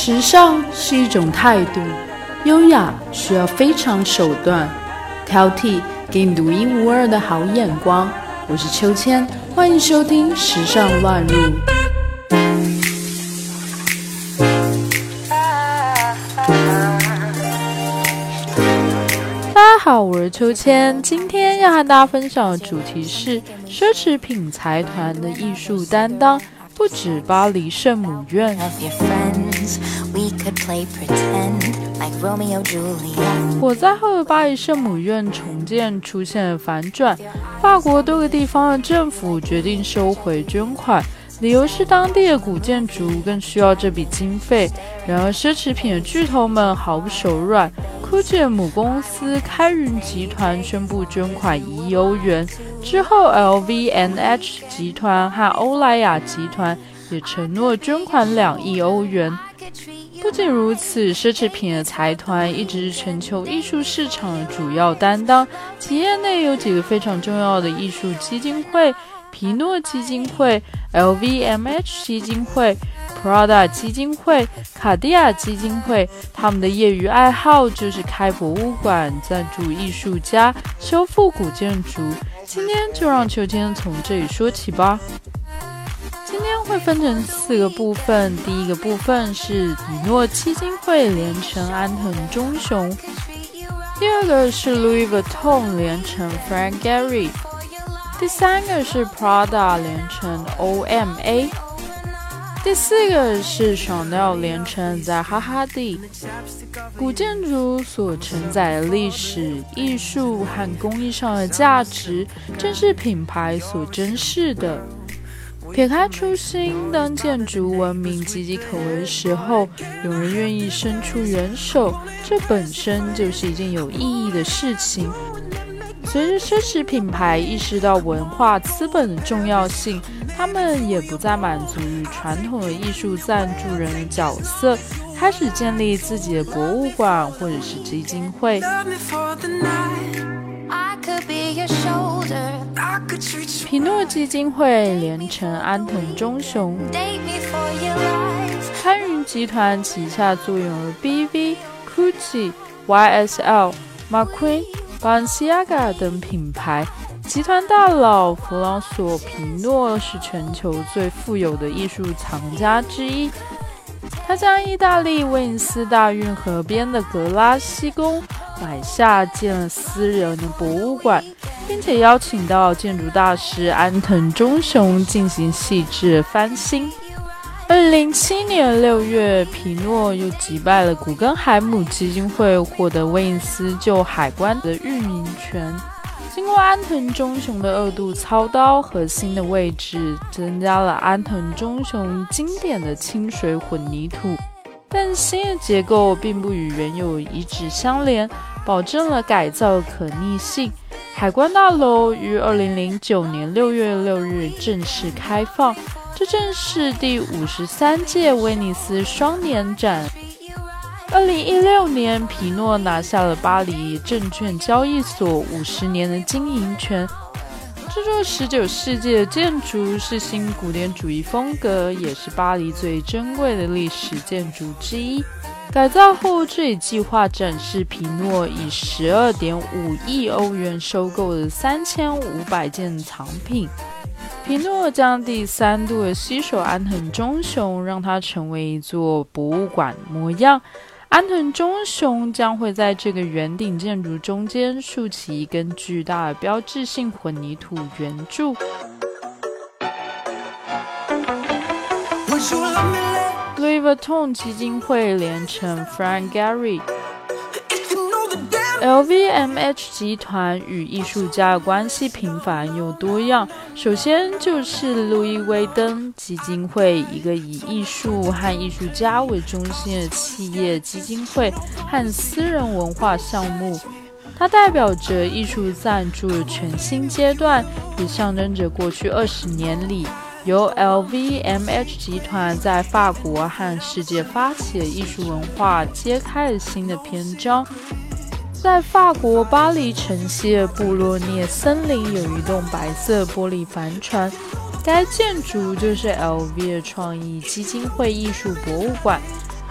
时尚是一种态度，优雅需要非常手段，挑剔给你独一无二的好眼光。我是秋千，欢迎收听时尚乱入。大家好，我是秋千，今天要和大家分享的主题是奢侈品财团的艺术担当，不止巴黎圣母院。火灾后的巴黎圣母院重建出现了反转，法国多个地方的政府决定收回捐款，理由是当地的古建筑更需要这笔经费。然而奢侈品的巨头们毫不手软，GUCCI 的母公司开云集团宣布捐款1亿欧元，之后 LVMH 集团和欧莱雅集团也承诺捐款2亿欧元。不仅如此，奢侈品的财团一直是全球艺术市场的主要担当，企业内有几个非常重要的艺术基金会，皮诺基金会、LVMH 基金会、Prada 基金会、卡地亚基金会，他们的业余爱好就是开博物馆、赞助艺术家、修复古建筑。今天就让秋千从这里说起吧。今天会分成4个部分，第一个部分是皮诺基金会连成安藤忠雄，第二个是 Louis Vuitton 连成 Frank Gehry， 第3个是 Prada 连成 OMA， 第4个是 Chanel 连成 Zaha Hadid。 古建筑所承载的历史、艺术和工艺上的价值，正是品牌所珍视的。撇开初心，当建筑文明岌岌可危的时候，有人愿意伸出援手，这本身就是一件有意义的事情。随着奢侈品牌意识到文化资本的重要性，他们也不再满足于传统的艺术赞助人的角色，开始建立自己的博物馆或者是基金会。皮诺基金会连成安藤忠雄，开云集团旗下坐拥了 BV、GUCCI、YSL、McQueen、Balenciaga 等品牌。集团大佬弗朗索·皮诺是全球最富有的艺术藏家之一，他将意大利威尼斯大运河边的格拉西宫买下，建了私人的博物馆，并且邀请到建筑大师安藤忠雄进行细致的翻新。2007年6月，皮诺又击败了古根海姆基金会，获得威尼斯旧海关的运营权。经过安藤忠雄的2度操刀，核心的位置增加了安藤忠雄经典的清水混凝土，但新的结构并不与原有遗址相连，保证了改造的可逆性。海关大楼于2009年6月6日正式开放，这正是第53届威尼斯双年展。2016年，皮诺拿下了巴黎证券交易所50年的经营权。这座19世纪的建筑是新古典主义风格，也是巴黎最珍贵的历史建筑之一。改造后，这里计划展示皮诺以12.5亿欧元收购的3500件藏品。皮诺将第3度的携手安藤忠雄，让它成为一座博物馆模样。安藤忠雄将会在这个圆顶建筑中间竖起一根巨大的标志性混凝土圆柱。Louis Vuitton 基金会连成 Frank Gehry。LVMH 集团与艺术家的关系频繁又多样，首先就是路易威登基金会，一个以艺术和艺术家为中心的企业基金会和私人文化项目，它代表着艺术赞助的全新阶段，也象征着过去20年里由 LVMH 集团在法国和世界发起的艺术文化揭开了新的篇章。在法国巴黎城西的布洛涅森林有一栋白色玻璃帆船，该建筑就是 LV 的创意基金会艺术博物馆。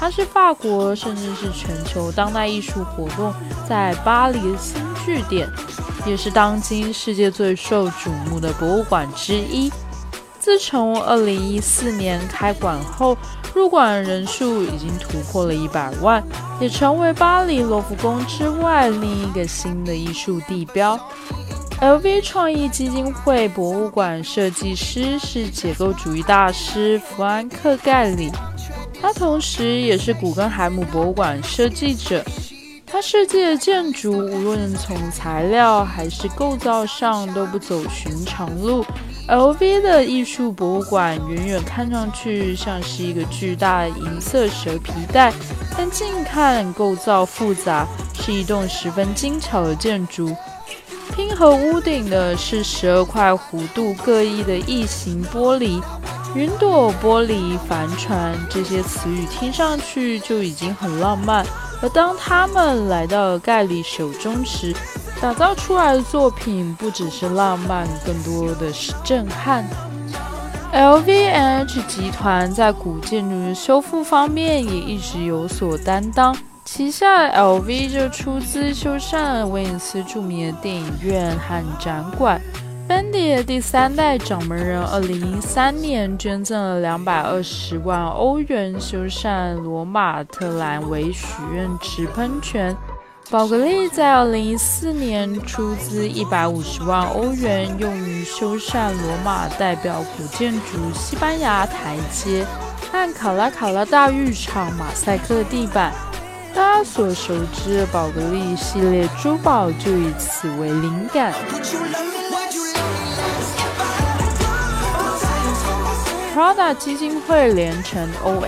它是法国甚至是全球当代艺术活动在巴黎的新据点，也是当今世界最受瞩目的博物馆之一。自从2014年开馆后，入馆人数已经突破了100万，也成为巴黎罗浮宫之外另一个新的艺术地标。LV 创意基金会博物馆设计师是结构主义大师弗兰克·盖里，他同时也是古根海姆博物馆设计者。他设计的建筑无论从材料还是构造上都不走寻常路。LV 的艺术博物馆远远看上去像是一个巨大的银色蛇皮袋，但近看构造复杂，是一栋十分精巧的建筑。拼合屋顶的是12块弧度各异的异形玻璃。云朵、玻璃、帆船，这些词语听上去就已经很浪漫，而当它们来到盖里手中时，打造出来的作品不只是浪漫，更多的是震撼。LVMH 集团在古建筑的修复方面也一直有所担当，旗下的 LV 就出资修缮了威尼斯著名的电影院和展馆。Fendi 的第3代掌门人2013年捐赠了220万欧元修缮罗马特兰维许愿池喷泉。宝格丽在2014年出资150万欧元用于修缮罗马代表古建筑西班牙台阶和卡拉大浴场马赛克地板。大家所熟知的宝格丽系列珠宝就以此为灵感。Prada 基金会连成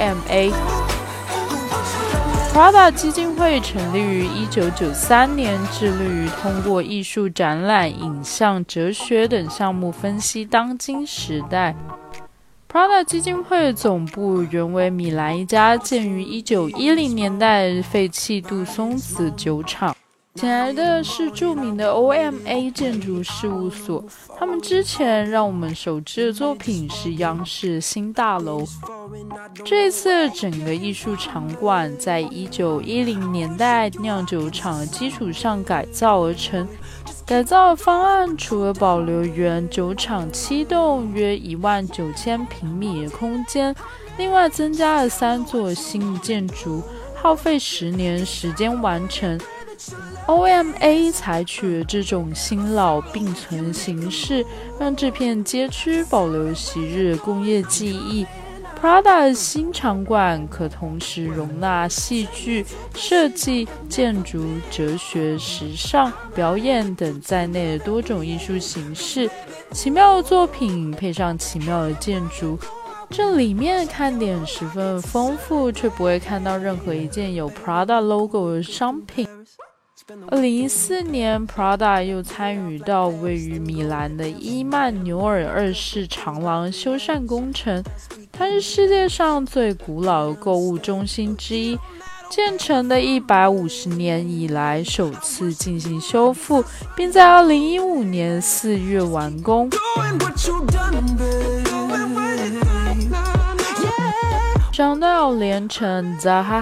OMA。Prada 基金会成立于1993年，致力于通过艺术展览、影像、哲学等项目分析当今时代。Prada 基金会的总部原为米兰一家建于1910年代的废弃杜松子酒厂。请来的是著名的 OMA 建筑事务所，他们之前让我们熟知的作品是央视新大楼。这一次整个艺术场馆在1910年代酿酒厂的基础上改造而成。改造的方案除了保留原酒厂7栋约19000平米的空间，另外增加了3座新建筑，耗费10年时间完成。OMA 采取了这种新老并存的形式，让这片街区保留昔日的工业记忆。Prada 的新场馆可同时容纳戏剧、设计、建筑、哲学、时尚、表演等在内的多种艺术形式。奇妙的作品配上奇妙的建筑，这里面的看点十分丰富，却不会看到任何一件有 Prada logo 的商品。2014年 Prada 又参与到位于米兰的伊曼纽尔2世长廊修缮工程，它是世界上最古老的购物中心之一，建成的150年以来首次进行修复，并在2015年4月完工。Chanel 连成 Zaha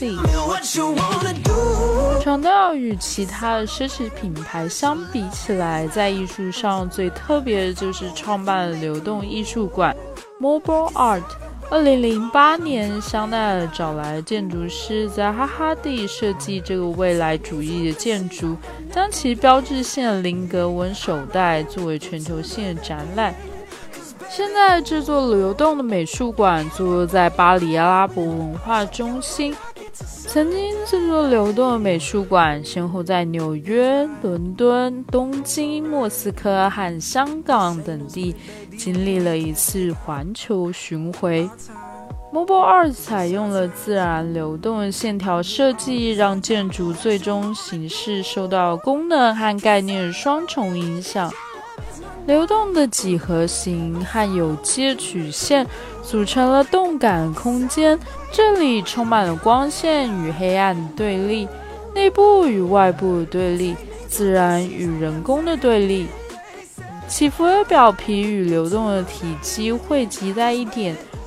Hadid。Chanel 与其他的奢侈品牌相比起来，在艺术上最特别的就是创办了流动艺术馆 Mobile Art。2008年，香奈儿找来建筑师 Zaha Hadid 设计这个未来主义的建筑，将其标志性的菱格纹手带作为全球性的展览。现在这座流动的美术馆坐落在巴黎阿拉伯文化中心。曾经这座流动的美术馆先后在纽约、伦敦、东京、莫斯科和香港等地经历了一次环球巡回。Mobile Art 采用了自然流动的线条设计，让建筑最终形式受到功能和概念的双重影响。流动的几何形和有机的曲线组成了动感空间，这里充满了光线与黑暗的对立，内部与外部的对立，自然与人工的对立。起伏的表皮与流动的体积汇集在一点，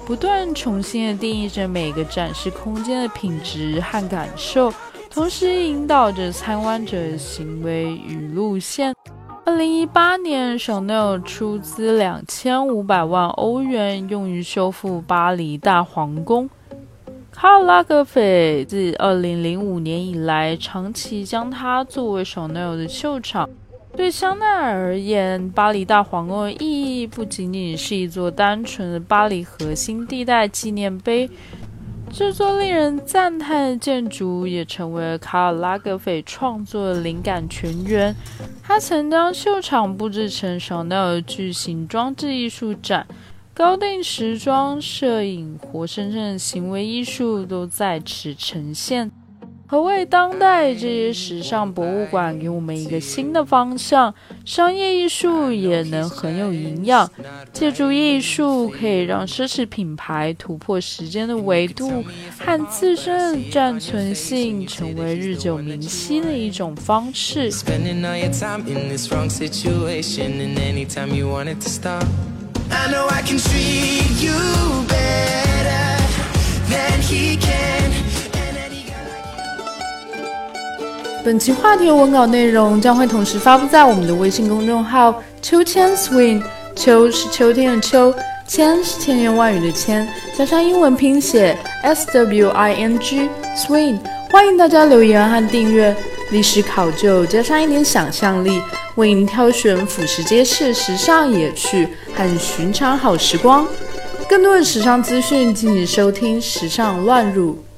不断重新的定义着每个展示空间的品质和感受，同时引导着参观者的行为与路线。2018年 Chanel 出资2500万欧元用于修复巴黎大皇宫。卡尔拉格斐自2005年以来长期将它作为 Chanel 的秀场。对香奈儿而言，巴黎大皇宫的意义不仅仅是一座单纯的巴黎核心地带纪念碑，这座令人赞叹的建筑也成为了卡尔拉格斐创作的灵感泉源。他曾将秀场布置成香奈儿的巨型装置艺术展，高定时装、摄影、活生生的行为艺术都在此呈现。何谓当代？这些时尚博物馆给我们一个新的方向，商业艺术也能很有营养。借助艺术可以让奢侈品牌突破时间的维度和自身的暂存性，成为日久弥新的一种方式。本期话题的文稿内容将会同时发布在我们的微信公众号秋千 swing， 秋是秋天的秋，千是千言万语的千，加上英文拼写 SWING swing。欢迎大家留言和订阅，历史考究加上一点想象力，为您挑选俯拾皆是的时尚野趣和寻常好时光。更多的时尚资讯，敬请收听时尚乱入。